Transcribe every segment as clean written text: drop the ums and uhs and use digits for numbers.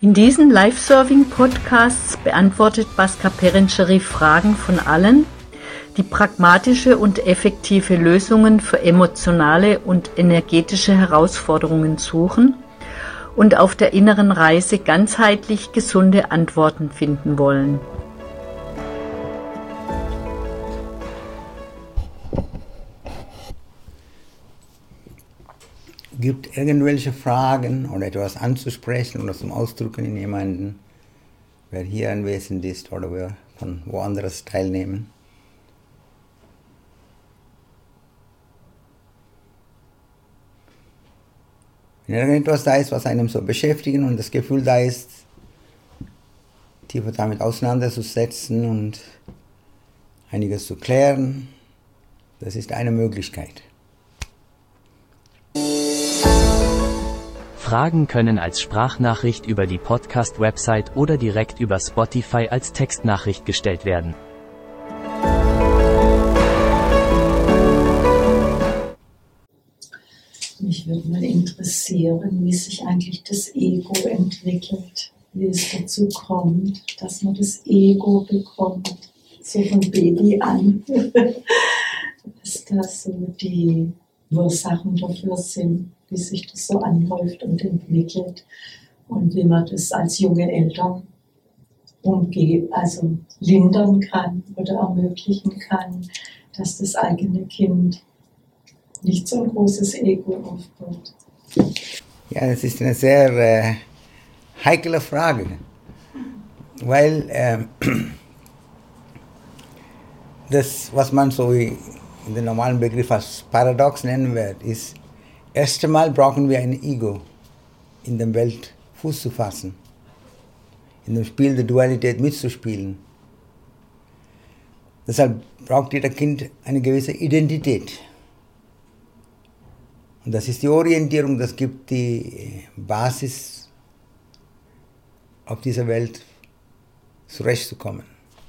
In diesen Live-Serving-Podcasts beantwortet Bhaskar Perenchery Fragen von allen, die pragmatische und effektive Lösungen für emotionale und energetische Herausforderungen suchen und auf der inneren Reise ganzheitlich gesunde Antworten finden wollen. Gibt irgendwelche Fragen oder etwas anzusprechen oder zum Ausdrücken in jemanden, wer hier anwesend ist oder wer von woanders teilnehmen? Wenn irgendetwas da ist, was einem so beschäftigt und das Gefühl da ist, tiefer damit auseinanderzusetzen und einiges zu klären, das ist eine Möglichkeit. Fragen können als Sprachnachricht über die Podcast-Website oder direkt über Spotify als Textnachricht gestellt werden. Mich würde mal interessieren, wie sich eigentlich das Ego entwickelt, wie es dazu kommt, dass man das Ego bekommt, so von Baby an. Was da so die Ursachen dafür sind, wie sich das so anläuft und entwickelt und wie man das als junge Eltern lindern kann oder ermöglichen kann, dass das eigene Kind nicht so ein großes Ego aufbaut. Ja, das ist eine sehr heikle Frage, weil das, was man so in den normalen Begriff als Paradox nennen wird, ist, erst einmal brauchen wir ein Ego, in der Welt Fuß zu fassen, in dem Spiel der Dualität mitzuspielen. Deshalb braucht jeder Kind eine gewisse Identität. Und das ist die Orientierung, das gibt die Basis, auf dieser Welt zurechtzukommen.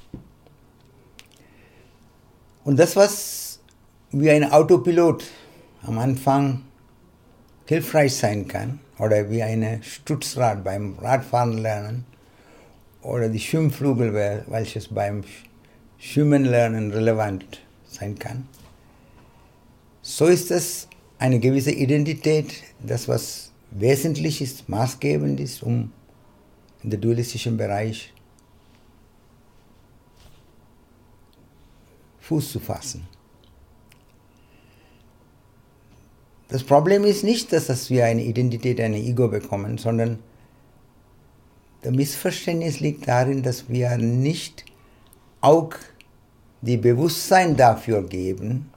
Und das, was wie ein Autopilot am Anfang hilfreich sein kann, oder wie ein Stützrad beim Radfahren lernen, oder die Schwimmflügel, welches beim Schwimmen lernen relevant sein kann, so ist es eine gewisse Identität, das was wesentlich ist, maßgebend ist, um in der dualistischen Bereich Fuß zu fassen. Das Problem ist nicht, dass wir eine Identität, ein Ego bekommen, sondern das Missverständnis liegt darin, dass wir nicht auch die Bewusstsein dafür geben,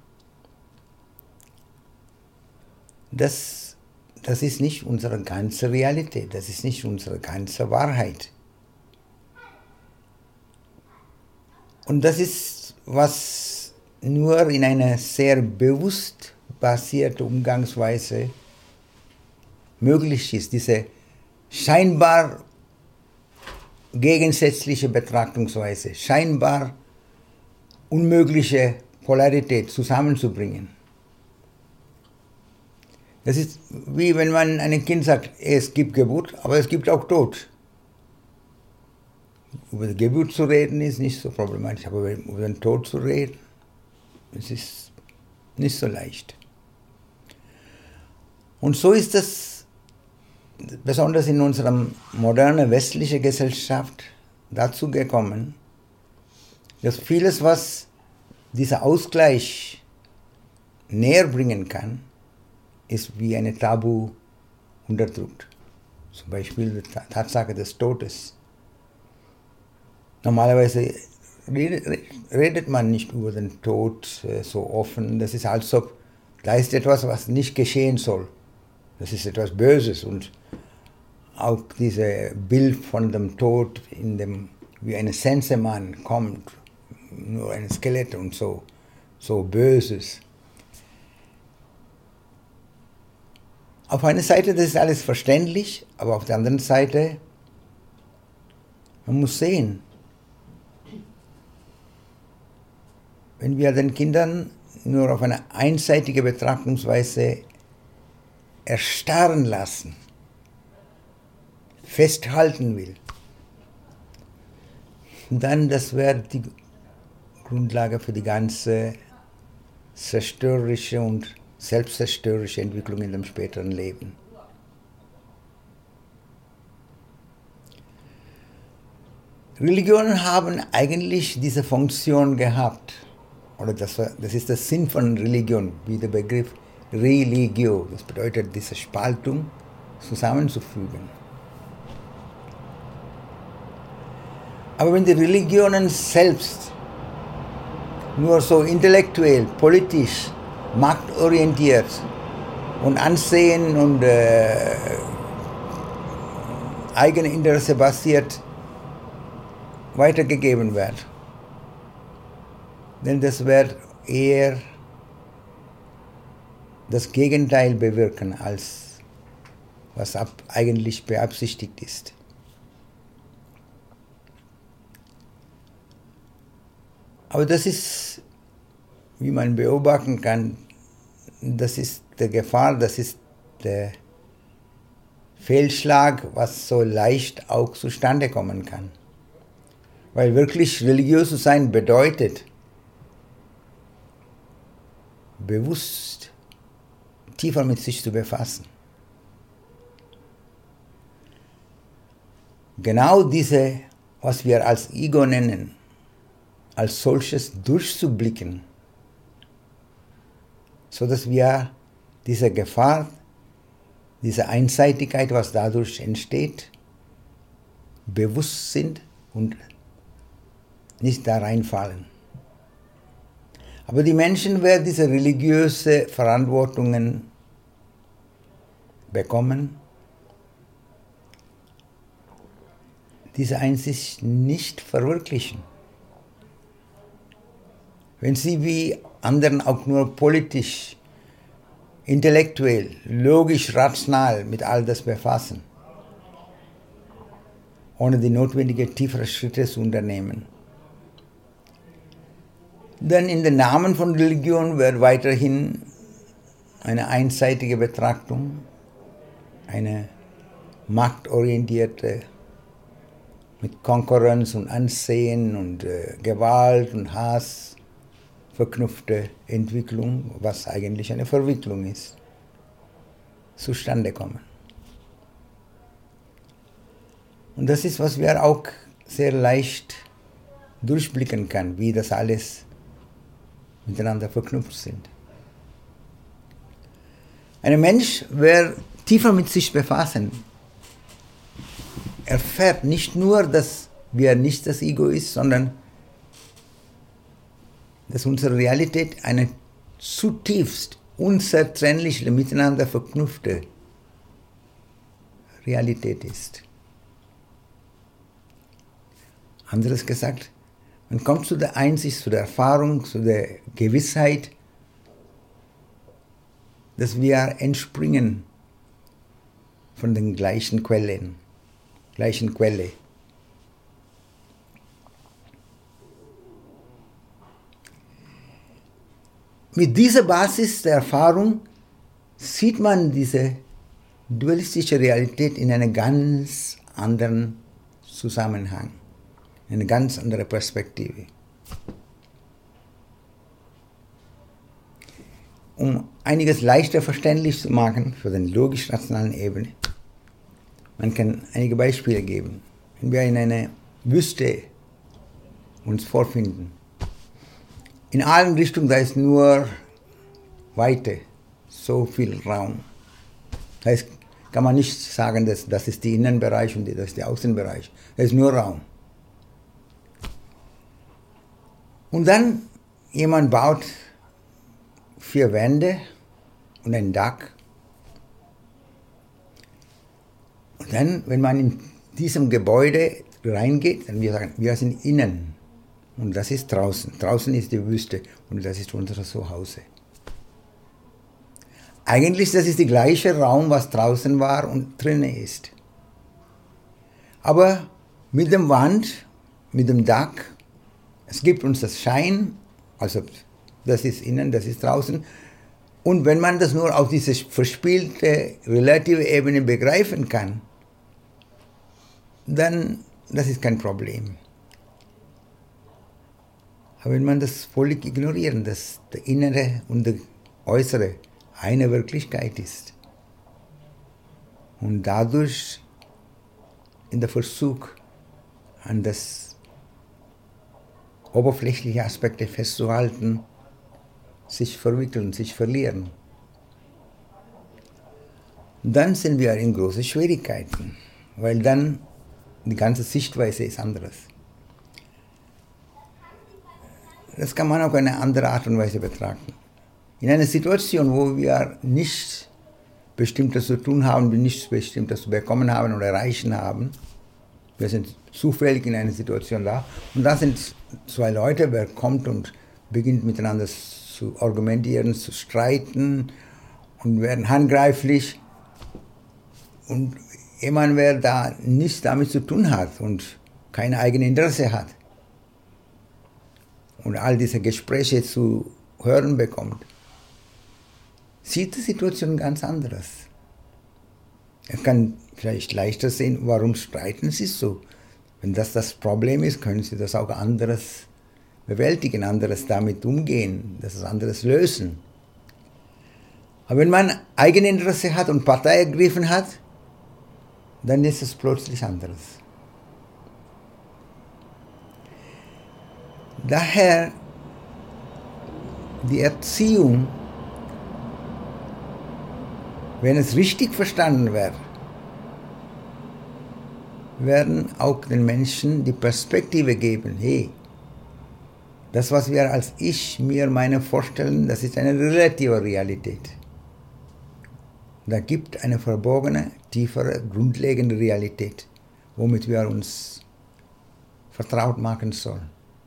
das ist nicht unsere ganze Realität, das ist nicht unsere ganze Wahrheit. Und das ist, was nur in einer sehr bewusst basierte Umgangsweise möglich ist, diese scheinbar gegensätzliche Betrachtungsweise, scheinbar unmögliche Polarität zusammenzubringen. Das ist wie wenn man einem Kind sagt, es gibt Geburt, aber es gibt auch Tod. Über die Geburt zu reden ist nicht so problematisch, aber über den Tod zu reden, das ist nicht so leicht. Und so ist es, besonders in unserer modernen westlichen Gesellschaft, dazu gekommen, dass vieles, was dieser Ausgleich näher bringen kann, ist wie eine Tabu unterdrückt. Zum Beispiel die Tatsache des Todes. Normalerweise redet man nicht über den Tod so offen. Das ist, als ob da ist etwas, was nicht geschehen soll. Das ist etwas Böses. Und auch dieses Bild von dem Tod, wie ein Sensenmann kommt, nur ein Skelett und so Böses. Auf einer Seite, das ist alles verständlich, aber auf der anderen Seite, man muss sehen, wenn wir den Kindern nur auf eine einseitige Betrachtungsweise erstarren lassen, festhalten will, dann das wäre die Grundlage für die ganze zerstörerische und selbstzerstörerische Entwicklung in dem späteren Leben. Religionen haben eigentlich diese Funktion gehabt, oder das ist der Sinn von Religion, wie der Begriff Religio, das bedeutet diese Spaltung zusammenzufügen. Aber wenn die Religionen selbst nur so intellektuell, politisch, machtorientiert und Ansehen und Eigeninteresse basiert weitergegeben wird, denn das wird eher das Gegenteil bewirken, als was eigentlich beabsichtigt ist. Aber das ist, wie man beobachten kann, das ist die Gefahr, das ist der Fehlschlag, was so leicht auch zustande kommen kann. Weil wirklich religiös zu sein bedeutet, bewusst tiefer mit sich zu befassen. Genau diese, was wir als Ego nennen, als solches durchzublicken, sodass wir diese Gefahr, diese Einseitigkeit, was dadurch entsteht, bewusst sind und nicht da reinfallen. Aber die Menschen werden diese religiöse Verantwortungen bekommen, diese Einsicht nicht verwirklichen. Wenn sie wie anderen auch nur politisch, intellektuell, logisch, rational mit all das befassen, ohne die notwendigen tieferen Schritte zu unternehmen, dann in den Namen von Religion wird weiterhin eine einseitige Betrachtung, eine machtorientierte, mit Konkurrenz und Ansehen und Gewalt und Hass verknüpfte Entwicklung, was eigentlich eine Verwicklung ist, zustande kommen. Und das ist, was wir auch sehr leicht durchblicken können, wie das alles miteinander verknüpft sind. Ein Mensch, wer tiefer mit sich befassen, erfährt nicht nur, dass wir nicht das Ego ist, sondern dass unsere Realität eine zutiefst unzertrennlich miteinander verknüpfte Realität ist. Anderes gesagt, man kommt zu der Einsicht, zu der Erfahrung, zu der Gewissheit, dass wir entspringen von den gleichen Quelle. Mit dieser Basis der Erfahrung sieht man diese dualistische Realität in einem ganz anderen Zusammenhang, in eine ganz andere Perspektive. Um einiges leichter verständlich zu machen für den logisch-rationalen Ebene, man kann einige Beispiele geben. Wenn wir in einer Wüste uns vorfinden, in allen Richtungen, da ist nur Weite, so viel Raum. Das heißt, kann man nicht sagen, dass das ist der Innenbereich und das ist der Außenbereich. Das ist nur Raum. Und dann jemand baut 4 Wände und ein Dach. Und dann, wenn man in diesem Gebäude reingeht, dann wir sagen, wir sind innen. Und das ist draußen. Draußen ist die Wüste und das ist unser Zuhause. Eigentlich das ist der gleiche Raum, was draußen war und drinnen ist. Aber mit dem Wand, mit dem Dach, es gibt uns das Schein, also das ist innen, das ist draußen. Und wenn man das nur auf diese verspielte, relative Ebene begreifen kann, dann das ist kein Problem. Aber wenn man das völlig ignoriert, dass der Innere und der Äußere eine Wirklichkeit ist und dadurch in der Versuch an das oberflächliche Aspekte festzuhalten, sich verwickeln, sich verlieren, dann sind wir in große Schwierigkeiten, weil dann die ganze Sichtweise ist anderes. Das kann man auf eine andere Art und Weise betrachten. In einer Situation, wo wir nichts Bestimmtes zu tun haben, wir nichts Bestimmtes zu bekommen haben oder erreichen haben, wir sind zufällig in einer Situation da und da sind zwei Leute, wer kommt und beginnt miteinander zu argumentieren, zu streiten und werden handgreiflich und jemand, wer da nichts damit zu tun hat und kein eigenes Interesse hat und all diese Gespräche zu hören bekommt, sieht die Situation ganz anderes. Er kann vielleicht leichter sehen, warum streiten sie so. Wenn das Problem ist, können sie das auch anderes bewältigen, anderes damit umgehen, das anderes lösen. Aber wenn man Eigeninteresse hat und Partei ergriffen hat, dann ist es plötzlich anderes. Daher die Erziehung, wenn es richtig verstanden wird, werden auch den Menschen die Perspektive geben, hey, das, was wir als Ich, mir, meine vorstellen, das ist eine relative Realität. Da gibt eine verborgene, tiefere, grundlegende Realität, womit wir uns vertraut machen sollen.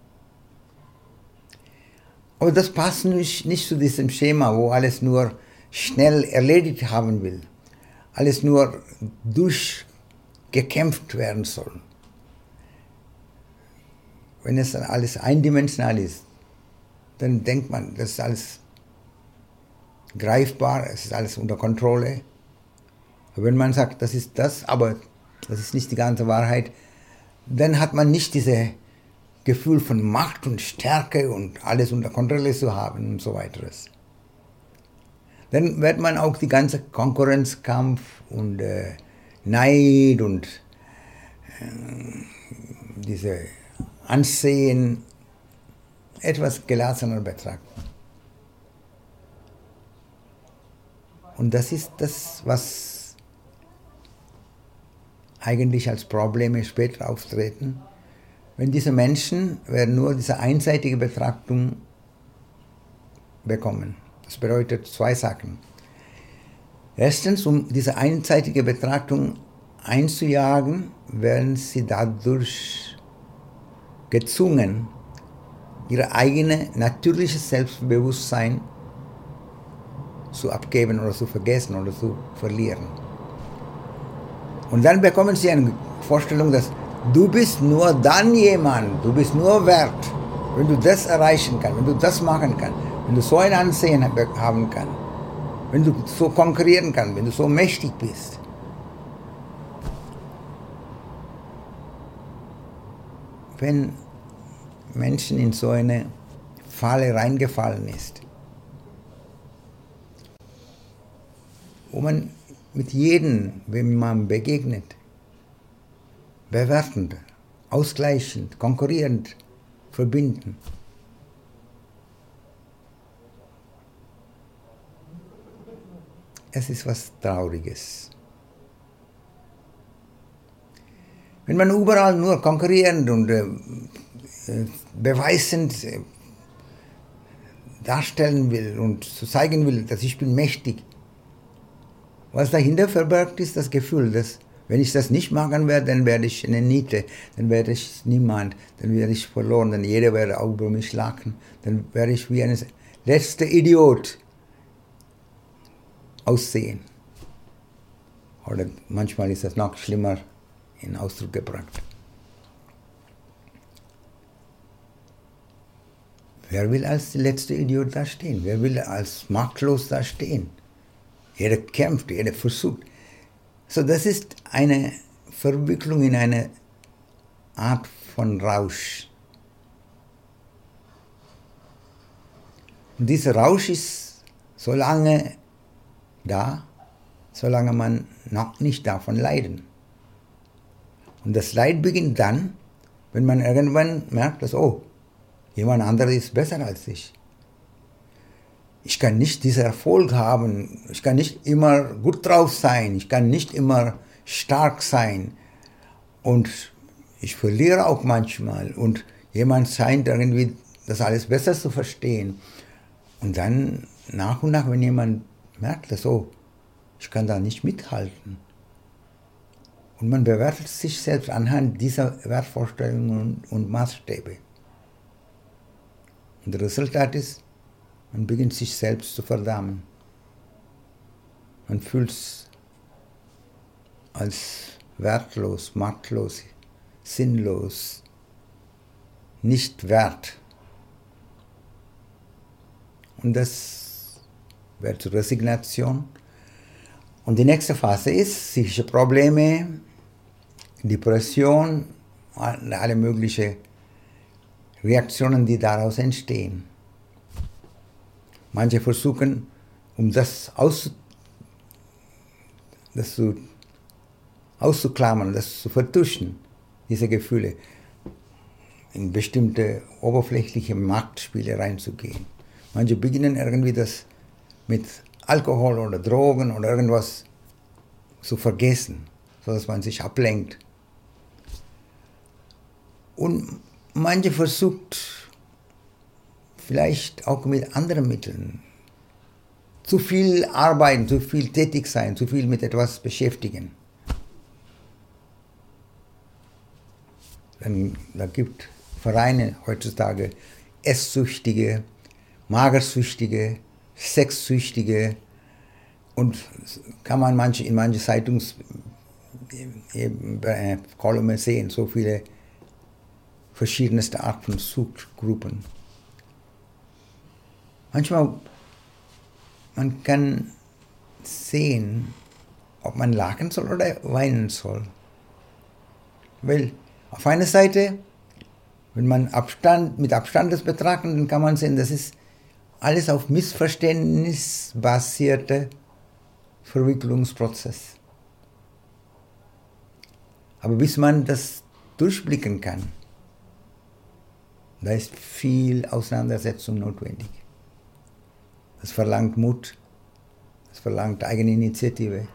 Aber das passt nicht zu diesem Schema, wo alles nur schnell erledigt haben will, alles nur durchgekämpft werden soll. Wenn es dann alles eindimensional ist, dann denkt man, das ist alles greifbar, es ist alles unter Kontrolle. Aber wenn man sagt, das ist das, aber das ist nicht die ganze Wahrheit, dann hat man nicht dieses Gefühl von Macht und Stärke und alles unter Kontrolle zu haben und so weiteres. Dann wird man auch die ganze Konkurrenzkampf und Neid und diese Ansehen etwas gelassener betrachten. Und das ist das, was eigentlich als Probleme später auftreten, wenn diese Menschen nur diese einseitige Betrachtung bekommen. Das bedeutet zwei Sachen. Erstens, um diese einseitige Betrachtung einzujagen, werden sie dadurch gezwungen, ihr eigenes natürliches Selbstbewusstsein zu abgeben oder zu vergessen oder zu verlieren. Und dann bekommen sie eine Vorstellung, dass du bist nur dann jemand, du bist nur wert, wenn du das erreichen kannst, wenn du das machen kannst, wenn du so ein Ansehen haben kannst, wenn du so konkurrieren kannst, wenn du so mächtig bist. Wenn Menschen in so eine Falle reingefallen ist, wo man mit jedem, wenn man begegnet, bewertend, ausgleichend, konkurrierend, verbinden. Es ist was Trauriges. Wenn man überall nur konkurrierend und beweisend darstellen will und zeigen will, dass ich bin mächtig, was dahinter verbirgt, ist das Gefühl, dass wenn ich das nicht machen werde, dann werde ich eine Niete, dann werde ich niemand, dann werde ich verloren, dann jeder werde auch über mich lachen, dann werde ich wie ein letzter Idiot aussehen. Oder manchmal ist das noch schlimmer in Ausdruck gebracht. Wer will als der letzte Idiot da stehen? Wer will als machtlos da stehen? Jeder kämpft, jeder versucht. So, das ist eine Verwicklung in eine Art von Rausch. Und dieser Rausch ist so lange da, solange man noch nicht davon leiden. Und das Leid beginnt dann, wenn man irgendwann merkt, dass, oh, jemand anderes ist besser als ich. Ich kann nicht diesen Erfolg haben, ich kann nicht immer gut drauf sein, ich kann nicht immer stark sein. Und ich verliere auch manchmal und jemand scheint irgendwie das alles besser zu verstehen. Und dann nach und nach, wenn jemand merkt, dass, oh, ich kann da nicht mithalten. Und man bewertet sich selbst anhand dieser Wertvorstellungen und Maßstäbe. Und das Resultat ist, man beginnt sich selbst zu verdammen. Man fühlt es als wertlos, machtlos, sinnlos, nicht wert. Und das wird zur Resignation. Und die nächste Phase ist psychische Probleme, Depression, alle möglichen Reaktionen, die daraus entstehen. Manche versuchen, um das auszuklammern, das zu vertuschen, diese Gefühle, in bestimmte oberflächliche Machtspiele reinzugehen. Manche beginnen irgendwie das mit Alkohol oder Drogen oder irgendwas zu vergessen, sodass man sich ablenkt. Und manche versucht vielleicht auch mit anderen Mitteln zu viel arbeiten, zu viel tätig sein, zu viel mit etwas beschäftigen. Da gibt Vereine heutzutage Esssüchtige, Magersüchtige, Sexsüchtige und kann man in manche Zeitungskolumnen sehen, so viele verschiedenste Arten von Suchtgruppen. Manchmal man kann sehen, ob man lachen soll oder weinen soll. Weil auf einer Seite, wenn man mit Abstand das betrachtet, dann kann man sehen, das ist alles auf Missverständnis basierte Verwicklungsprozess. Aber bis man das durchblicken kann, da ist viel Auseinandersetzung notwendig. Das verlangt Mut, das verlangt eigene Initiative.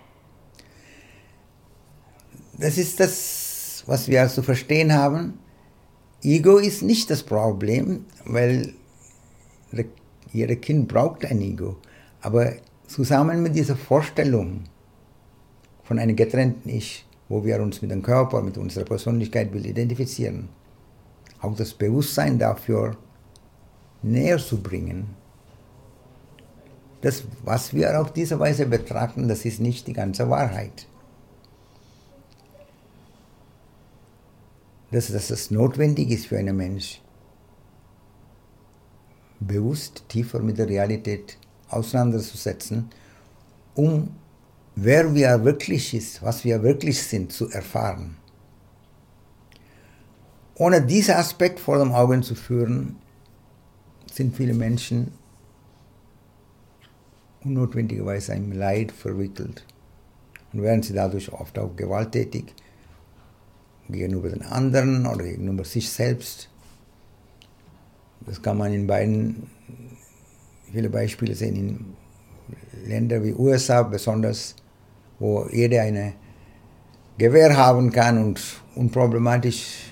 Das ist das, was wir zu verstehen haben. Ego ist nicht das Problem, weil jedes Kind braucht ein Ego. Aber zusammen mit dieser Vorstellung von einem getrennten Ich, wo wir uns mit dem Körper, mit unserer Persönlichkeit identifizieren, auch das Bewusstsein dafür näher zu bringen. Das, was wir auf diese Weise betrachten, das ist nicht die ganze Wahrheit. Dass es notwendig ist für einen Mensch, bewusst tiefer mit der Realität auseinanderzusetzen, um wer wir wirklich ist, was wir wirklich sind, zu erfahren. Ohne diesen Aspekt vor den Augen zu führen, sind viele Menschen unnotwendigerweise im Leid verwickelt und werden sie dadurch oft auch gewalttätig gegenüber den anderen oder gegenüber sich selbst. Das kann man in beiden viele Beispiele sehen, in Ländern wie USA besonders, wo jeder ein Gewehr haben kann und unproblematisch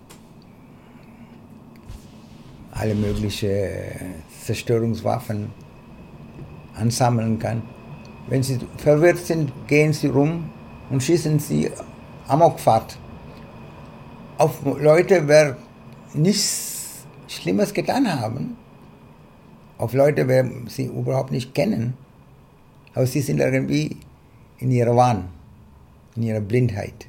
alle möglichen Zerstörungswaffen ansammeln kann. Wenn sie verwirrt sind, gehen sie rum und schießen sie Amokfahrt auf Leute, die nichts Schlimmes getan haben, auf Leute, die sie überhaupt nicht kennen, aber sie sind irgendwie in ihrer Wahn, in ihrer Blindheit.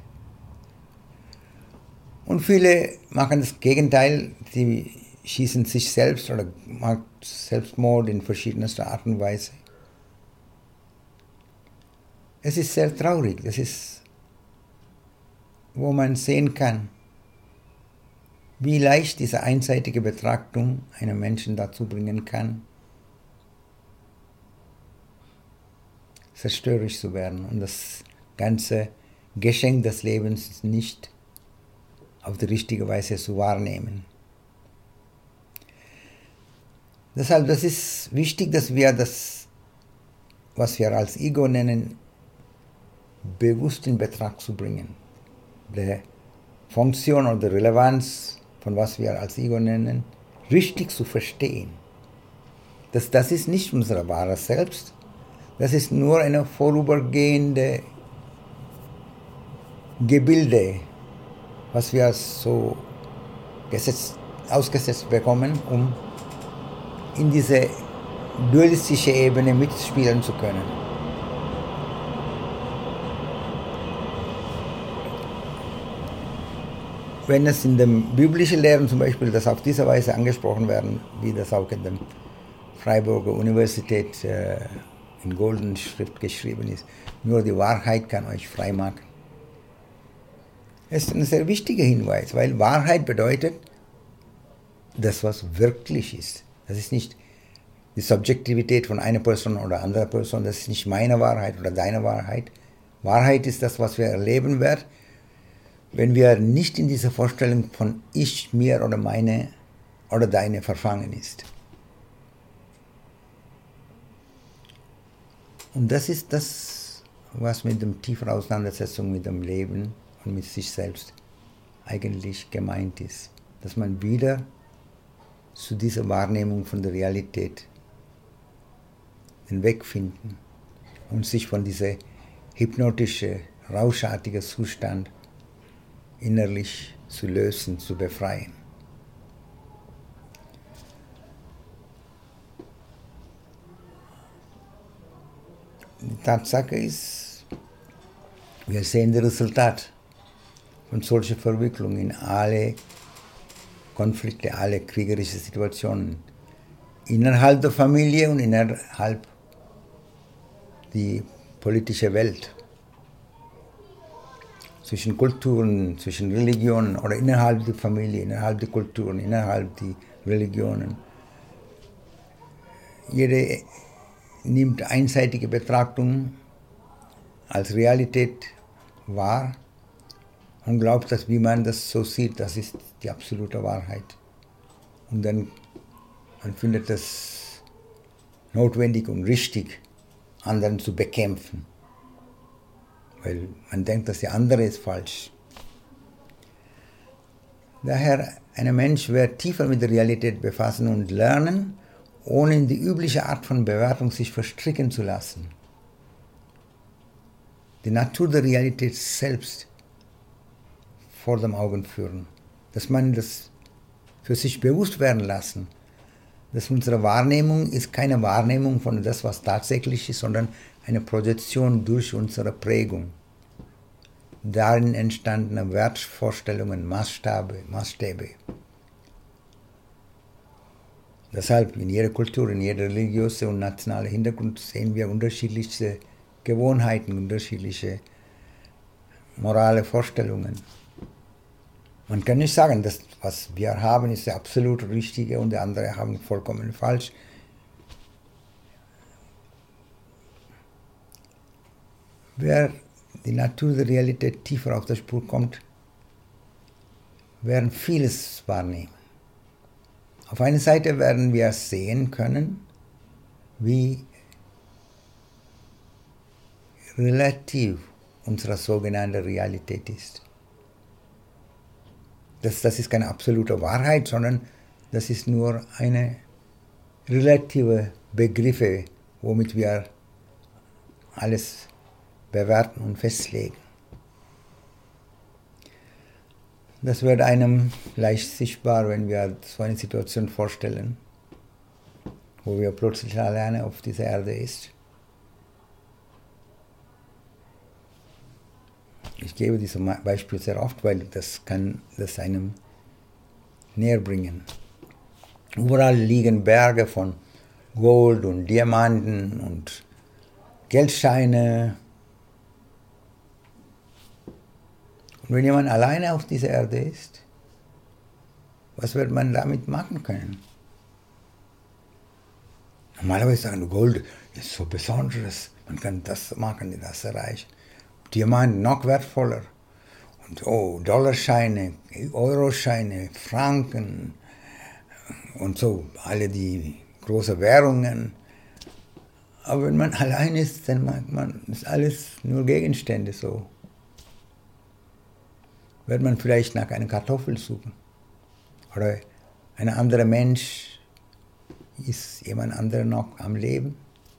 Und viele machen das Gegenteil, sie schießen sich selbst oder machen Selbstmord in verschiedenster Art und Weise. Es ist sehr traurig, das ist wo man sehen kann, wie leicht diese einseitige Betrachtung einen Menschen dazu bringen kann, zerstörerisch zu werden und das ganze Geschenk des Lebens nicht auf die richtige Weise zu wahrnehmen. Deshalb, das ist wichtig, dass wir das, was wir als Ego nennen, bewusst in Betracht zu bringen. Die Funktion oder die Relevanz von was wir als Ego nennen, richtig zu verstehen. Das ist nicht unser wahres Selbst, das ist nur eine vorübergehende Gebilde, was wir so ausgesetzt bekommen, um in diese dualistische Ebene mitspielen zu können. Wenn es in dem biblischen Lehren zum Beispiel das auf diese Weise angesprochen werden, wie das auch in der Freiburger Universität in goldener Schrift geschrieben ist, nur die Wahrheit kann euch frei machen. Das ist ein sehr wichtiger Hinweis, weil Wahrheit bedeutet das, was wirklich ist. Das ist nicht die Subjektivität von einer Person oder anderer Person, das ist nicht meine Wahrheit oder deine Wahrheit. Wahrheit ist das, was wir erleben werden, wenn wir nicht in dieser Vorstellung von ich, mir oder meine oder deine verfangen ist. Und das ist das, was mit der tiefen Auseinandersetzung mit dem Leben und mit sich selbst eigentlich gemeint ist. Dass man wieder zu dieser Wahrnehmung von der Realität den Weg finden und sich von diesem hypnotischen, rauschartigen Zustand innerlich zu lösen, zu befreien. Die Tatsache ist, wir sehen das Resultat von solchen Verwicklungen in alle Konflikte, alle kriegerischen Situationen, innerhalb der Familie und innerhalb der politischen Welt. Zwischen Kulturen, zwischen Religionen oder innerhalb der Familie, innerhalb der Kulturen, innerhalb der Religionen. Jede nimmt einseitige Betrachtung als Realität wahr und glaubt, dass wie man das so sieht, das ist die absolute Wahrheit. Und dann man findet es notwendig und richtig, anderen zu bekämpfen. Weil man denkt, dass der andere ist falsch. Daher, ein Mensch wird tiefer mit der Realität befassen und lernen, ohne in die übliche Art von Bewertung sich verstricken zu lassen. Die Natur der Realität selbst vor den Augen führen. Dass man das für sich bewusst werden lassen. Dass unsere Wahrnehmung ist keine Wahrnehmung von das, was tatsächlich ist, sondern eine Projektion durch unsere Prägung. Darin entstandene Wertvorstellungen, Maßstäbe. Deshalb in jeder Kultur, in jeder religiöse und nationale Hintergrund sehen wir unterschiedliche Gewohnheiten, unterschiedliche morale Vorstellungen. Man kann nicht sagen, dass was wir haben, ist der absolut richtige und die andere haben vollkommen falsch. Wer die Natur der Realität tiefer auf der Spur kommt, werden vieles wahrnehmen. Auf einer Seite werden wir sehen können, wie relativ unsere sogenannte Realität ist. Das ist keine absolute Wahrheit, sondern das ist nur eine relative Begriffe, womit wir alles bewerten und festlegen. Das wird einem leicht sichtbar, wenn wir so eine Situation vorstellen, wo wir plötzlich alleine auf dieser Erde ist. Ich gebe dieses Beispiel sehr oft, weil das kann das einem näher bringen. Überall liegen Berge von Gold und Diamanten und Geldscheine. Und Wenn jemand alleine auf dieser Erde ist, was wird man damit machen können? Normalerweise sagen, Gold ist so Besonderes, man kann das machen, das erreichen. Diamanten noch wertvoller. Und Dollarscheine, Euroscheine, Franken und so, alle die großen Währungen. Aber wenn man allein ist, dann macht man, ist alles nur Gegenstände so. Wird man vielleicht nach einer Kartoffel suchen. Oder ein anderer Mensch, ist jemand anderer noch am Leben?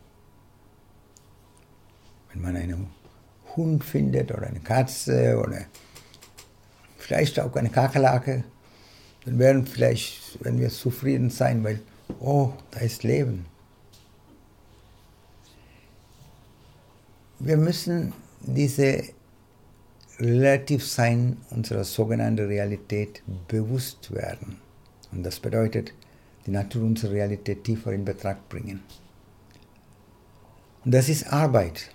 Wenn man einen Hund findet oder eine Katze oder vielleicht auch eine Kakerlake, dann werden wir zufrieden sein, weil, da ist Leben. Wir müssen diese Relativsein unserer sogenannten Realität bewusst werden. Und das bedeutet, die Natur unserer Realität tiefer in Betracht bringen. Und das ist Arbeit,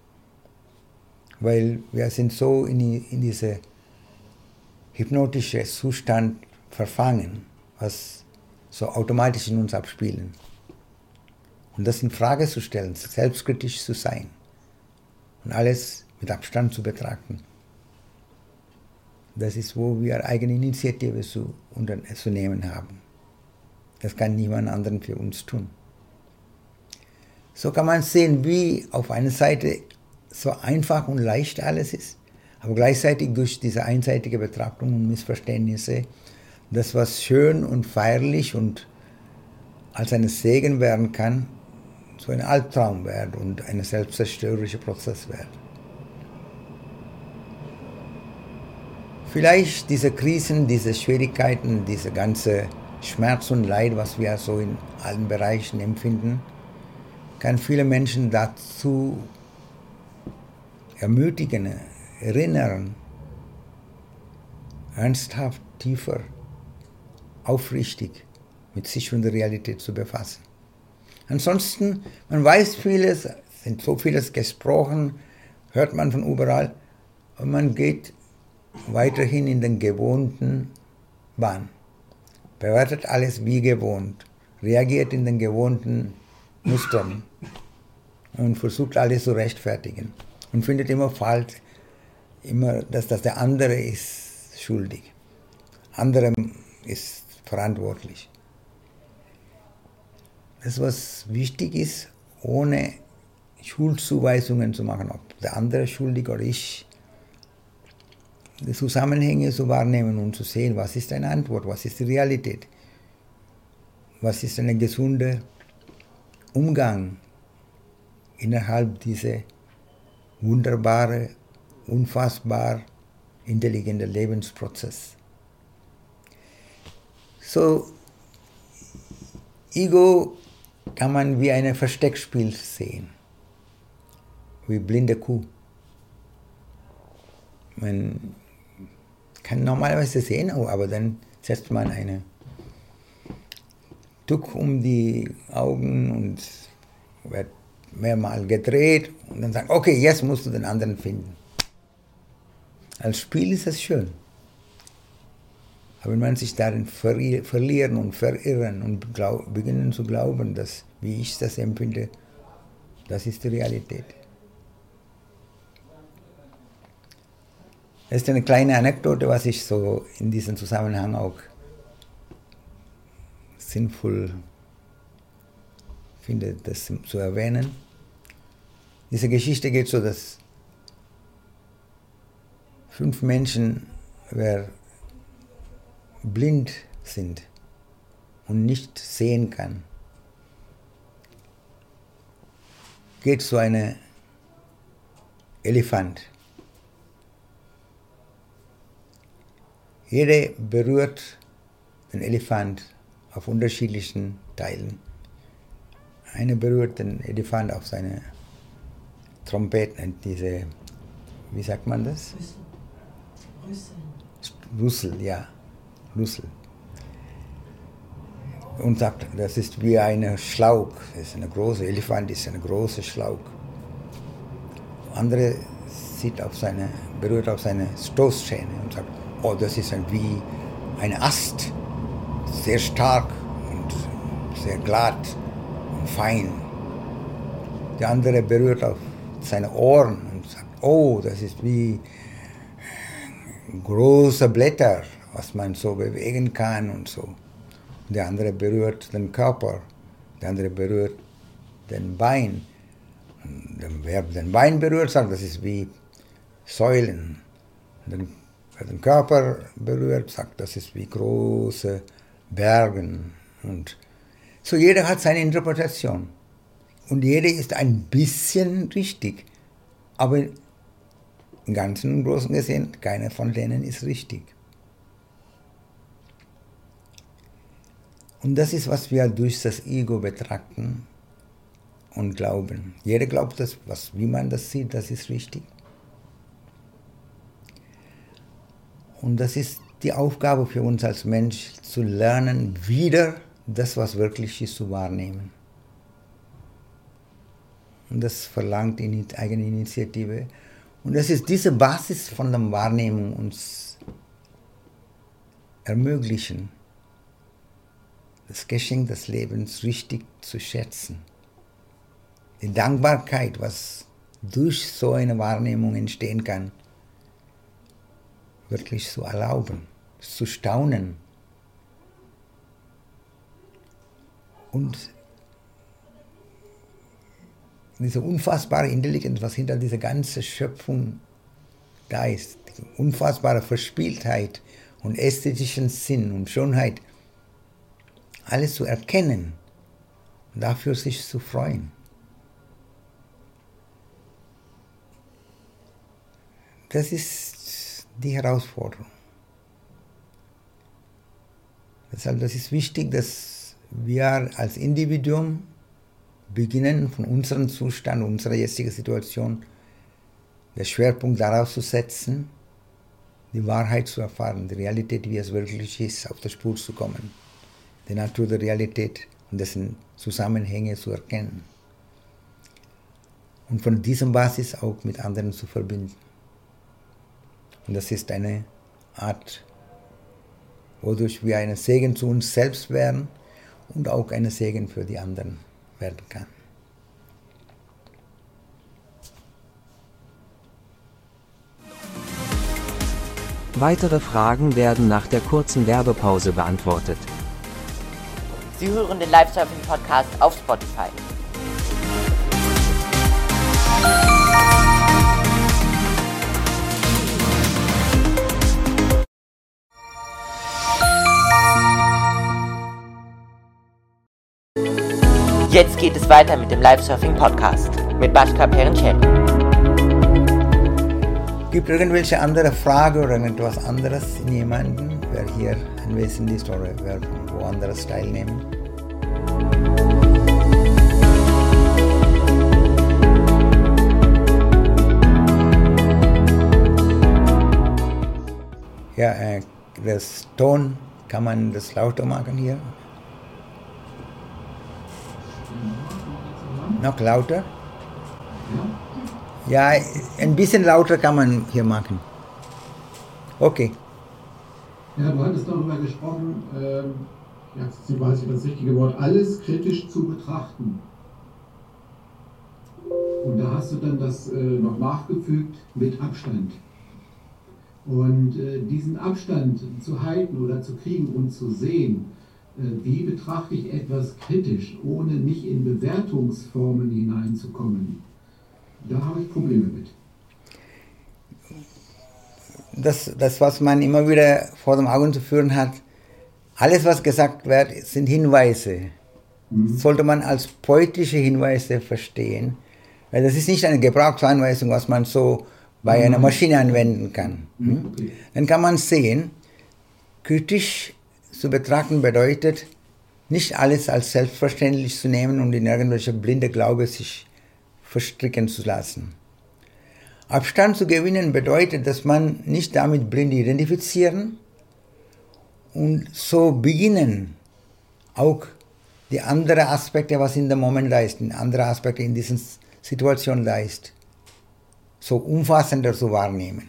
weil wir sind so in diese hypnotische Zustand verfangen, was so automatisch in uns abspielen. Und das in Frage zu stellen, selbstkritisch zu sein und alles mit Abstand zu betrachten. Das ist, wo wir eigene Initiative zu nehmen haben. Das kann niemand anderen für uns tun. So kann man sehen, wie auf einer Seite so einfach und leicht alles ist, aber gleichzeitig durch diese einseitige Betrachtung und Missverständnisse, das, was schön und feierlich und als ein Segen werden kann, so ein Albtraum wird und ein selbstzerstörerischer Prozess wird. Vielleicht diese Krisen, diese Schwierigkeiten, diese ganze Schmerz und Leid, was wir so in allen Bereichen empfinden, kann viele Menschen dazu ermutigen, erinnern, ernsthaft, tiefer, aufrichtig mit sich und der Realität zu befassen. Ansonsten, man weiß vieles, es sind so vieles gesprochen, hört man von überall, und man geht weiterhin in den gewohnten Bahn. Bewertet alles wie gewohnt, reagiert in den gewohnten Mustern und versucht alles zu rechtfertigen und findet immer falsch, dass der andere ist schuldig, andere ist verantwortlich. Das, was wichtig ist, ohne Schuldzuweisungen zu machen, ob der andere schuldig oder ich, die Zusammenhänge zu wahrnehmen und zu sehen, was ist eine Antwort, was ist die Realität, was ist ein gesunder Umgang innerhalb dieser wunderbaren, unfassbar intelligenten Lebensprozess. So, Ego kann man wie ein Versteckspiel sehen, wie blinde Kuh. Man kann normalerweise sehen, aber dann setzt man eine Tuch um die Augen und wird mehrmals gedreht und dann sagt, okay, jetzt musst du den anderen finden. Als Spiel ist es schön. Aber wenn man sich darin verlieren und verirren und beginnen zu glauben, dass, wie ich das empfinde, das ist die Realität. Das ist eine kleine Anekdote, was ich so in diesem Zusammenhang auch sinnvoll finde, das zu erwähnen. Diese Geschichte geht so, dass 5 Menschen blind sind und nicht sehen kann, geht zu einem Elefant. Jeder berührt den Elefant auf unterschiedlichen Teilen. Einer berührt den Elefant auf seine Trompeten, diese, wie sagt man das? Rüssel, ja, Rüssel. Und sagt, das ist wie ein Schlauch, das ist eine große Elefant, ist ein großer Schlauch. Andere berührt auf seine Stoßzähne und sagt, oh, das ist wie ein Ast, sehr stark und sehr glatt und fein. Der andere berührt auf seine Ohren und sagt, oh, das ist wie große Blätter, was man so bewegen kann und so. Und der andere berührt den Körper, der andere berührt den Bein. Und wer den Bein berührt, sagt, das ist wie Säulen. Und wer den Körper berührt, sagt, das ist wie große Bergen. Und so jeder hat seine Interpretation. Und jede ist ein bisschen richtig. Aber im Ganzen und Großen gesehen, keiner von denen ist richtig. Und das ist, was wir durch das Ego betrachten und glauben. Jeder glaubt, wie man das sieht, das ist richtig. Und das ist die Aufgabe für uns als Mensch, zu lernen, wieder das, was wirklich ist, zu wahrnehmen. Und das verlangt eigene Initiative. Und das ist diese Basis von der Wahrnehmung uns ermöglichen, das Geschenk des Lebens richtig zu schätzen. Die Dankbarkeit, was durch so eine Wahrnehmung entstehen kann, wirklich zu erlauben, zu staunen. Und diese unfassbare Intelligenz, was hinter dieser ganzen Schöpfung da ist, die unfassbare Verspieltheit und ästhetischen Sinn und Schönheit, alles zu erkennen und dafür sich zu freuen. Das ist die Herausforderung. Deshalb das ist wichtig, dass wir als Individuum beginnen, von unserem Zustand, unserer jetzigen Situation, den Schwerpunkt darauf zu setzen, die Wahrheit zu erfahren, die Realität, wie es wirklich ist, auf der Spur zu kommen, die Natur der Realität und dessen Zusammenhänge zu erkennen und von dieser Basis auch mit anderen zu verbinden. Und das ist eine Art, wodurch wir ein Segen zu uns selbst werden und auch ein Segen für die anderen werden kann. Weitere Fragen werden nach der kurzen Werbepause beantwortet. Sie hören den Live-Surfing-Podcast auf Spotify. Jetzt geht es weiter mit dem Live-Surfing-Podcast mit Bhaskar Perencheri. Gibt es irgendwelche andere Frage oder etwas anderes in jemandem, wer hier anwesend ist oder wer woanders teilnehmen? Ja, das Ton, kann man das lauter machen hier? Noch lauter? Ja, ein bisschen lauter kann man hier machen. Okay. Ja, du hattest darüber gesprochen, jetzt weiß ich das richtige Wort, alles kritisch zu betrachten. Und da hast du dann das noch nachgefügt mit Abstand. Und diesen Abstand zu halten oder zu kriegen und zu sehen, wie betrachte ich etwas kritisch, ohne nicht in Bewertungsformen hineinzukommen, da habe ich Probleme mit. Das, was man immer wieder vor den Augen zu führen hat, alles, was gesagt wird, sind Hinweise. Sollte man als poetische Hinweise verstehen, weil das ist nicht eine Gebrauchsanweisung, was man so bei einer Maschine anwenden kann. Okay. Dann kann man sehen, kritisch zu betrachten bedeutet, nicht alles als selbstverständlich zu nehmen und in irgendwelche blinde Glaube sich verstricken zu lassen. Abstand zu gewinnen bedeutet, dass man nicht damit blind identifizieren und so beginnen, auch die anderen Aspekte, was in dem Moment da ist, die anderen Aspekte in dieser Situation da ist, so umfassender zu wahrnehmen.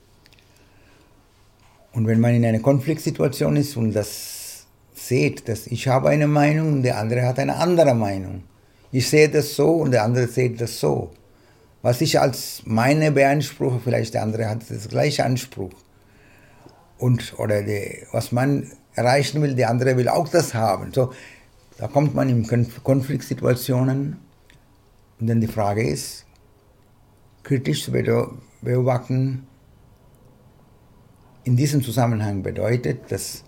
Und wenn man in einer Konfliktsituation ist und das sieht, dass ich habe eine Meinung und der andere hat eine andere Meinung. Ich sehe das so und der andere sieht das so. Was ich als meine beanspruche, vielleicht der andere hat das gleiche Anspruch. Was man erreichen will, der andere will auch das haben. So, da kommt man in Konfliktsituationen und dann die Frage ist, kritisch zu beobachten, in diesem Zusammenhang bedeutet, dass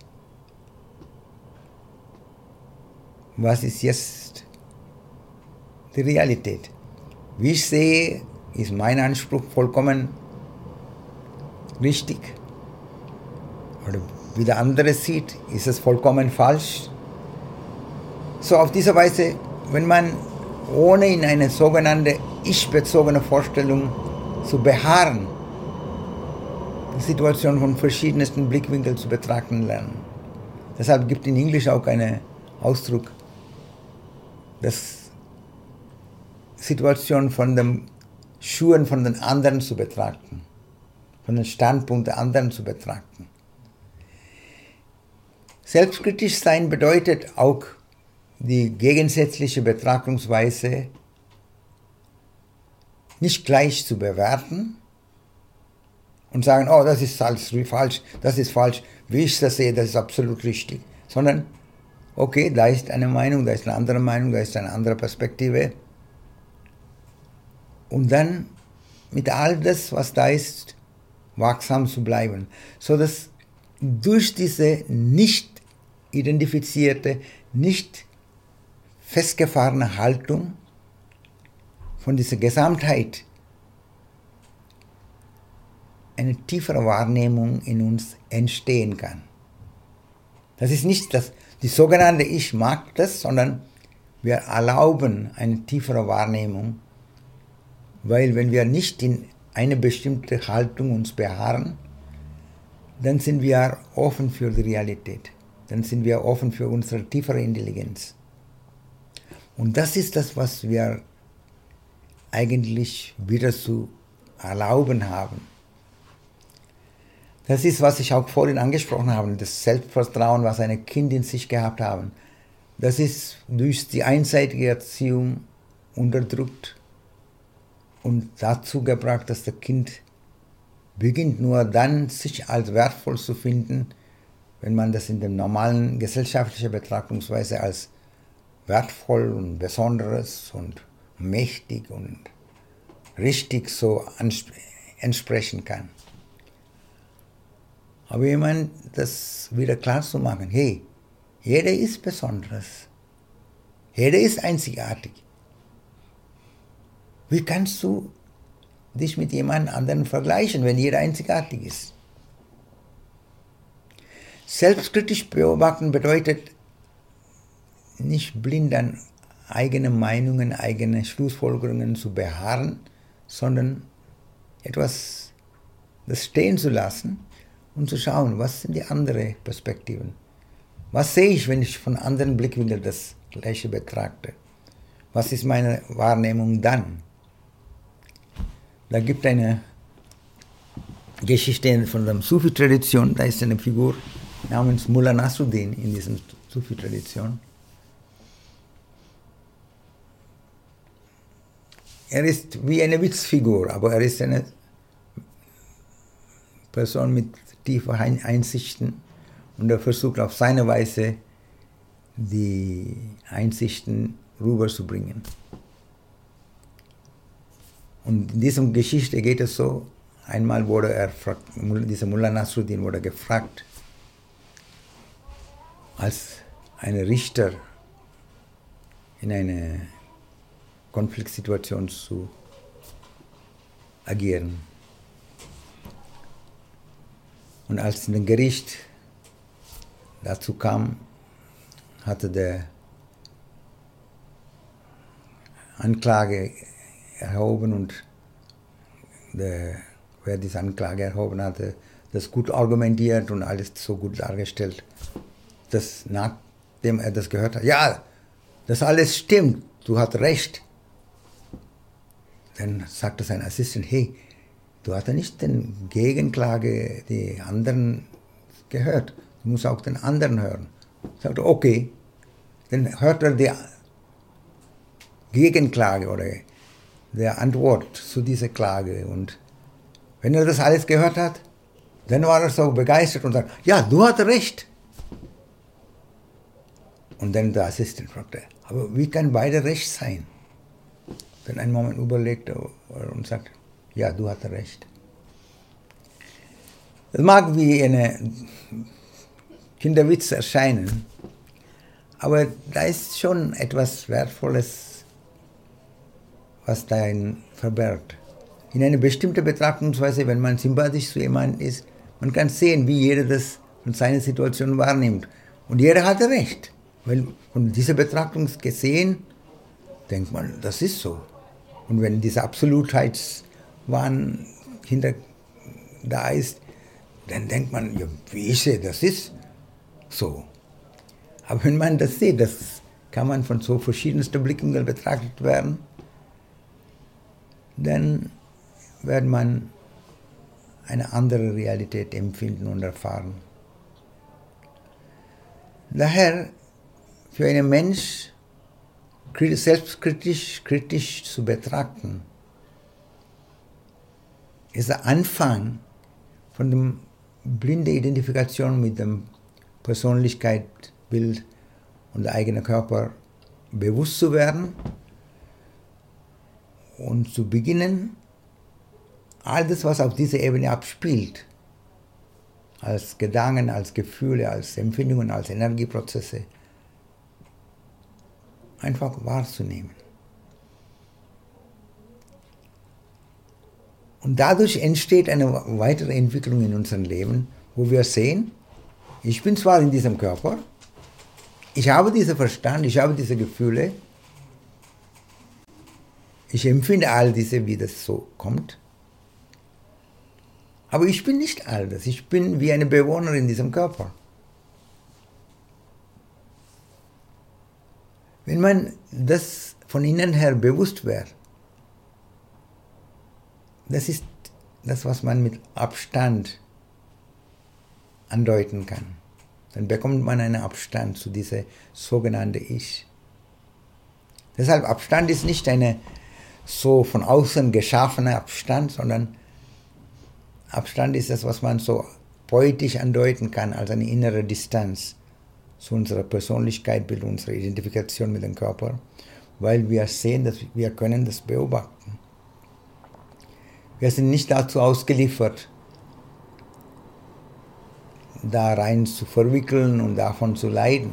was ist jetzt die Realität? Wie ich sehe, ist mein Anspruch vollkommen richtig. Oder wie der andere sieht, ist es vollkommen falsch. So auf diese Weise, wenn man ohne in eine sogenannte ich-bezogene Vorstellung zu beharren, die Situation von verschiedensten Blickwinkeln zu betrachten lernen. Deshalb gibt in Englisch auch einen Ausdruck, dass Situation von den Schuhen von den anderen zu betrachten, von dem Standpunkt der anderen zu betrachten. Selbstkritisch sein bedeutet auch die gegensätzliche Betrachtungsweise nicht gleich zu bewerten und sagen, oh, das ist alles falsch, das ist falsch, wie ich das sehe, das ist absolut richtig, sondern, okay, da ist eine Meinung, da ist eine andere Meinung, da ist eine andere Perspektive. Und dann mit all das, was da ist, wachsam zu bleiben, sodass durch diese nicht identifizierte, nicht festgefahrene Haltung von dieser Gesamtheit eine tiefere Wahrnehmung in uns entstehen kann. Das ist nicht die sogenannte Ich mag das, sondern wir erlauben eine tiefere Wahrnehmung, weil wenn wir nicht in eine bestimmte Haltung uns beharren, dann sind wir offen für die Realität. Dann sind wir offen für unsere tiefere Intelligenz. Und das ist das, was wir eigentlich wieder zu erlauben haben. Das ist, was ich auch vorhin angesprochen habe, das Selbstvertrauen, was ein Kind in sich gehabt haben. Das ist durch die einseitige Erziehung unterdrückt und dazu gebracht, dass das Kind beginnt nur dann, sich als wertvoll zu finden, wenn man das in der normalen gesellschaftlichen Betrachtungsweise als wertvoll und Besonderes und mächtig und richtig so entsprechen kann. Aber jemand das wieder klar zu machen, hey, jeder ist Besonderes, jeder ist einzigartig. Wie kannst du dich mit jemand anderem vergleichen, wenn jeder einzigartig ist? Selbstkritisch beobachten bedeutet nicht blind an eigene Meinungen, eigene Schlussfolgerungen zu beharren, sondern etwas das stehen zu lassen und zu schauen, was sind die anderen Perspektiven? Was sehe ich, wenn ich von anderen Blickwinkeln das Gleiche betrachte? Was ist meine Wahrnehmung dann? Da gibt es eine Geschichte von der Sufi-Tradition, da ist eine Figur namens Mullah Nasruddin in dieser Sufi-Tradition. Er ist wie eine Witzfigur, aber er ist eine Person mit tiefen Einsichten und er versucht auf seine Weise die Einsichten rüberzubringen. Und in dieser Geschichte geht es so, einmal wurde dieser Mullah Nasruddin wurde gefragt, als ein Richter in eine Konfliktsituation zu agieren. Und als ein Gericht dazu kam, hatte der Anklage erhoben und wer diese Anklage erhoben hatte, das gut argumentiert und alles so gut dargestellt, dass nachdem er das gehört hat, ja, das alles stimmt, du hast recht. Dann sagte sein Assistent, hey, du hast ja nicht den Gegenklage, die anderen gehört. Du musst auch den anderen hören. Sagt er, okay, dann hört er die Gegenklage oder die Antwort zu dieser Klage. Und wenn er das alles gehört hat, dann war er so begeistert und sagt, ja, du hast recht. Und dann der Assistent fragte, aber wie kann beide recht sein? Dann einen Moment überlegt er und sagt, ja, du hast recht. Das mag wie eine Kinderwitz erscheinen, aber da ist schon etwas Wertvolles, was darin verbergt. In einer bestimmten Betrachtungsweise, wenn man sympathisch zu jemandem ist, man kann sehen, wie jeder das von seiner Situation wahrnimmt. Und jeder hatte recht. Weil von dieser Betrachtung gesehen, denkt man, das ist so. Und wenn diese Absolutheitswahn hinter da ist, dann denkt man, ja, wie ist es, das ist so. Aber wenn man das sieht, das kann man von so verschiedensten Blickwinkeln betrachtet werden, dann wird man eine andere Realität empfinden und erfahren. Daher, für einen Mensch selbstkritisch zu betrachten, ist der Anfang von der blinden Identifikation mit dem Persönlichkeitsbild und der eigenen Körper bewusst zu werden und zu beginnen, all das, was auf dieser Ebene abspielt, als Gedanken, als Gefühle, als Empfindungen, als Energieprozesse, einfach wahrzunehmen. Und dadurch entsteht eine weitere Entwicklung in unserem Leben, wo wir sehen, ich bin zwar in diesem Körper, ich habe diesen Verstand, ich habe diese Gefühle, ich empfinde all diese, wie das so kommt, aber ich bin nicht all das, ich bin wie eine Bewohnerin in diesem Körper. Wenn man das von innen her bewusst wird, das ist das, was man mit Abstand andeuten kann. Dann bekommt man einen Abstand zu diesem sogenannten Ich. Deshalb Abstand ist nicht eine so von außen geschaffene Abstand, sondern Abstand ist das, was man so poetisch andeuten kann als eine innere Distanz zu unserer Persönlichkeit, unserer Identifikation mit dem Körper, weil wir sehen, dass wir können das beobachten. Wir sind nicht dazu ausgeliefert, da rein zu verwickeln und davon zu leiden.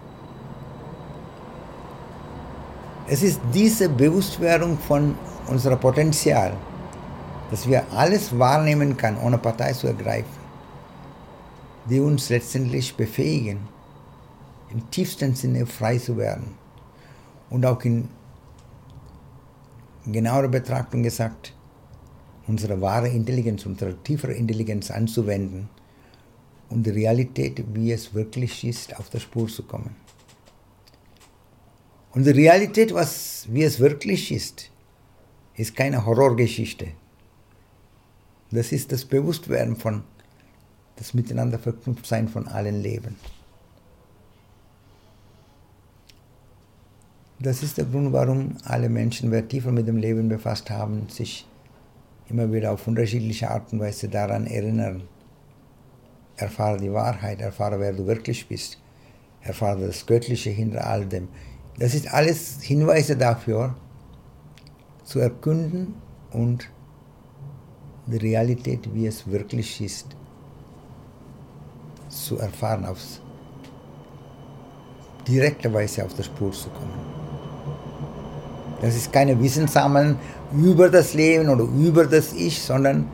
Es ist diese Bewusstwerdung von unserem Potenzial, dass wir alles wahrnehmen können, ohne Partei zu ergreifen, die uns letztendlich befähigen, im tiefsten Sinne frei zu werden. Und auch in genauer Betrachtung gesagt, unsere wahre Intelligenz, unsere tiefere Intelligenz anzuwenden und die Realität, wie es wirklich ist, auf der Spur zu kommen. Und die Realität, wie es wirklich ist keine Horrorgeschichte. Das ist das Bewusstwerden von das Miteinander Verknüpftsein von allen Leben. Das ist der Grund, warum alle Menschen, wer tiefer mit dem Leben befasst haben, sich immer wieder auf unterschiedliche Art und Weise daran erinnern. Erfahre die Wahrheit, erfahre, wer du wirklich bist, erfahre das Göttliche hinter all dem. Das ist alles Hinweise dafür, zu erkunden und die Realität, wie es wirklich ist, zu erfahren, auf direkte Weise auf der Spur zu kommen. Das ist keine Wissenssammeln über das Leben oder über das Ich, sondern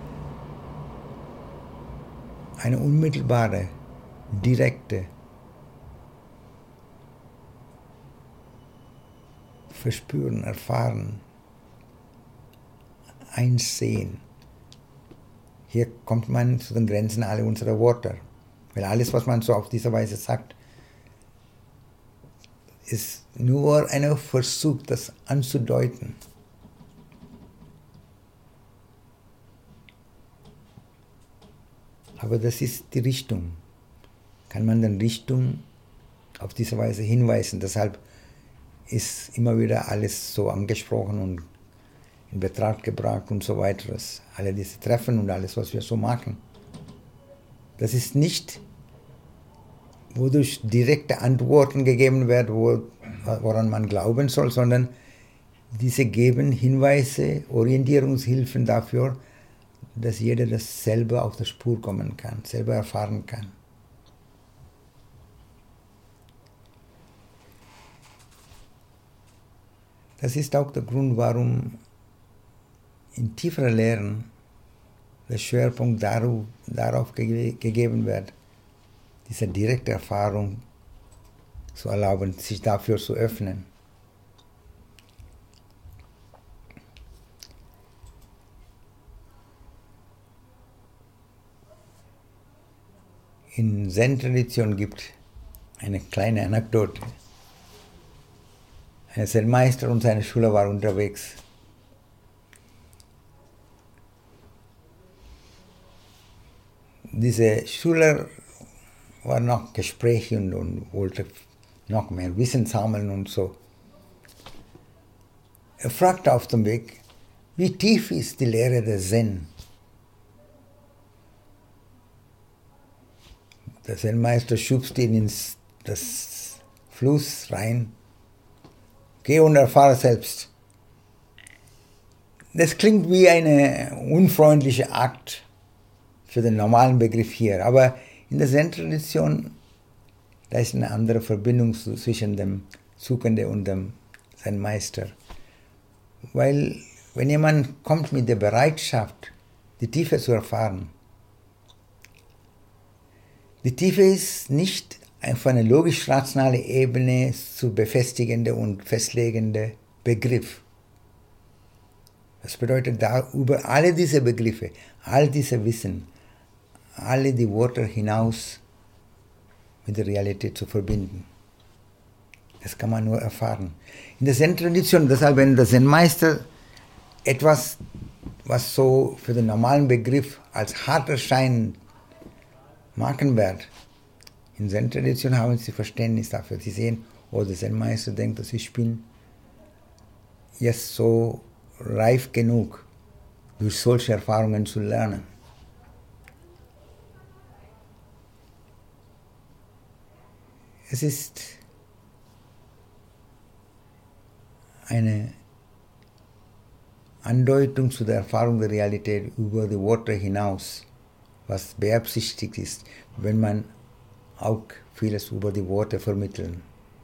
eine unmittelbare, direkte Verspüren, Erfahren, Einsehen. Hier kommt man zu den Grenzen aller unserer Worte. Weil alles, was man so auf diese Weise sagt, ist nur ein Versuch, das anzudeuten. Aber das ist die Richtung. Kann man dann Richtung auf diese Weise hinweisen. Deshalb ist immer wieder alles so angesprochen und in Betracht gebracht und so weiter. Alle diese Treffen und alles, was wir so machen. Das ist nicht, wodurch direkte Antworten gegeben werden, woran man glauben soll, sondern diese geben Hinweise, Orientierungshilfen dafür, dass jeder das selber auf der Spur kommen kann, selber erfahren kann. Das ist auch der Grund, warum in tieferen Lehren der Schwerpunkt darauf gegeben wird, diese direkte Erfahrung zu erlauben, sich dafür zu öffnen. In Zen-Tradition gibt es eine kleine Anekdote. Ein Zen-Meister und seine Schüler waren unterwegs. Diese Schüler waren noch Gespräche und wollte noch mehr Wissen sammeln und so. Er fragte auf dem Weg, wie tief ist die Lehre der Zen? Der Zen-Meister schubste ihn ins das Fluss rein. Geh und erfahre selbst. Das klingt wie ein unfreundlicher Akt für den normalen Begriff hier, aber in der Zen-Tradition, da ist eine andere Verbindung zwischen dem Suchenden und dem Zen-Meister. Weil wenn jemand kommt mit der Bereitschaft, die Tiefe zu erfahren, die Tiefe ist nicht auf eine logisch-rationale Ebene zu befestigende und festlegende Begriff. Das bedeutet, da über alle diese Begriffe, all diese Wissen, alle die Worte hinaus mit der Realität zu verbinden. Das kann man nur erfahren. In der Zen-Tradition, deshalb, wenn der Zen-Meister etwas, was so für den normalen Begriff als hart erscheint, machen wird, in Zen-Tradition haben sie Verständnis dafür. Sie sehen, oh, der Zen-Meister denkt, dass ich bin jetzt so reif genug, durch solche Erfahrungen zu lernen. Es ist eine Andeutung zu der Erfahrung der Realität über die Worte hinaus, was beabsichtigt ist, wenn man auch vieles über die Worte vermitteln.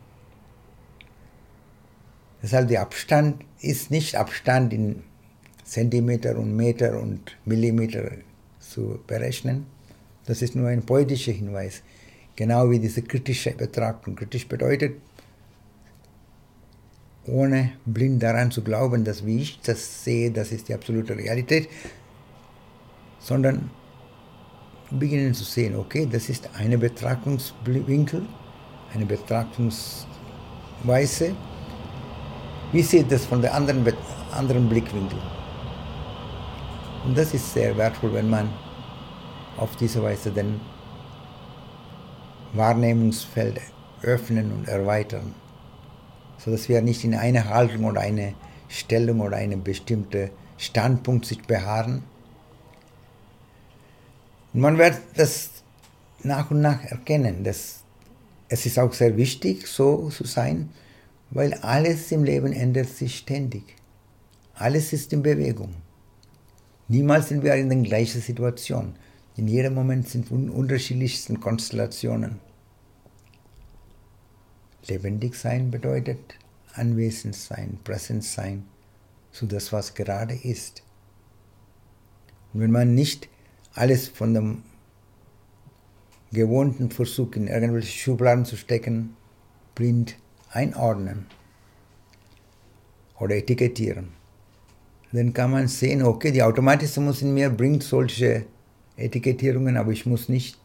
Deshalb der Abstand ist nicht Abstand in Zentimeter und Meter und Millimeter zu berechnen. Das ist nur ein poetischer Hinweis. Genau wie diese kritische Betrachtung. Kritisch bedeutet, ohne blind daran zu glauben, dass wie ich das sehe, das ist die absolute Realität, sondern beginnen zu sehen, okay, das ist eine Betrachtungswinkel, eine Betrachtungsweise. Wie sieht das von der anderen Blickwinkel? Und das ist sehr wertvoll, wenn man auf diese Weise den Wahrnehmungsfeld öffnen und erweitern, sodass wir nicht in einer Haltung oder eine Stellung oder einen bestimmten Standpunkt sich beharren. Und man wird das nach und nach erkennen. Es ist auch sehr wichtig, so zu sein, weil alles im Leben ändert sich ständig. Alles ist in Bewegung. Niemals sind wir in der gleichen Situation. In jedem Moment sind unterschiedlichsten Konstellationen. Lebendig sein bedeutet anwesend sein, präsent sein, zu das, was gerade ist. Und wenn man nicht alles von dem gewohnten Versuch in irgendwelche Schubladen zu stecken, blind einordnen oder etikettieren, dann kann man sehen, okay, die Automatismus in mir bringt solche Etikettierungen, aber ich muss nicht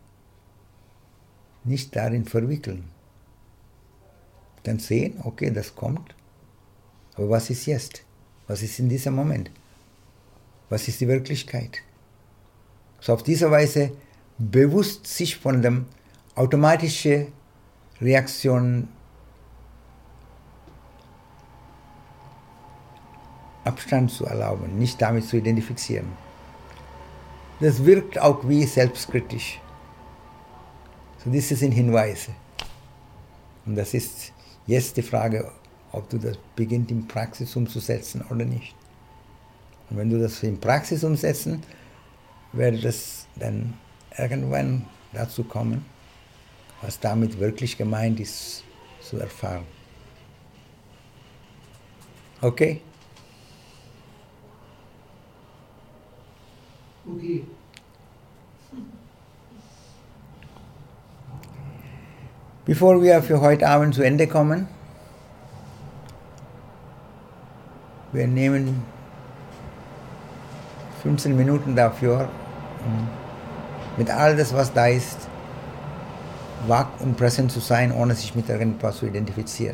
darin verwickeln. Dann sehen, okay, das kommt, aber was ist jetzt? Was ist in diesem Moment? Was ist die Wirklichkeit? So auf diese Weise bewusst sich von dem automatischen Reaktionen Abstand zu erlauben, nicht damit zu identifizieren. Das wirkt auch wie selbstkritisch. So, das sind Hinweise. Und das ist jetzt die Frage, ob du das beginnst in Praxis umzusetzen oder nicht. Und wenn du das in Praxis umsetzen, werde das dann irgendwann dazu kommen, was damit wirklich gemeint ist, zu erfahren. Okay? Okay. Bevor wir für heute Abend zu Ende kommen, wir nehmen 15 Minuten dafür, mit all das, was da ist, wach und präsent zu sein, ohne sich mit irgendwas zu identifizieren.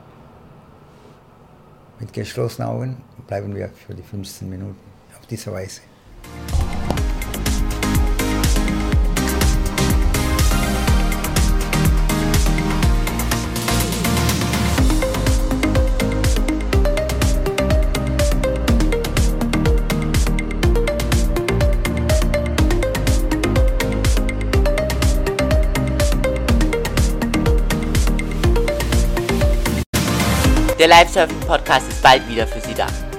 Mit geschlossenen Augen bleiben wir für die 15 Minuten auf diese Weise. Der Live-Surfing-Podcast ist bald wieder für Sie da.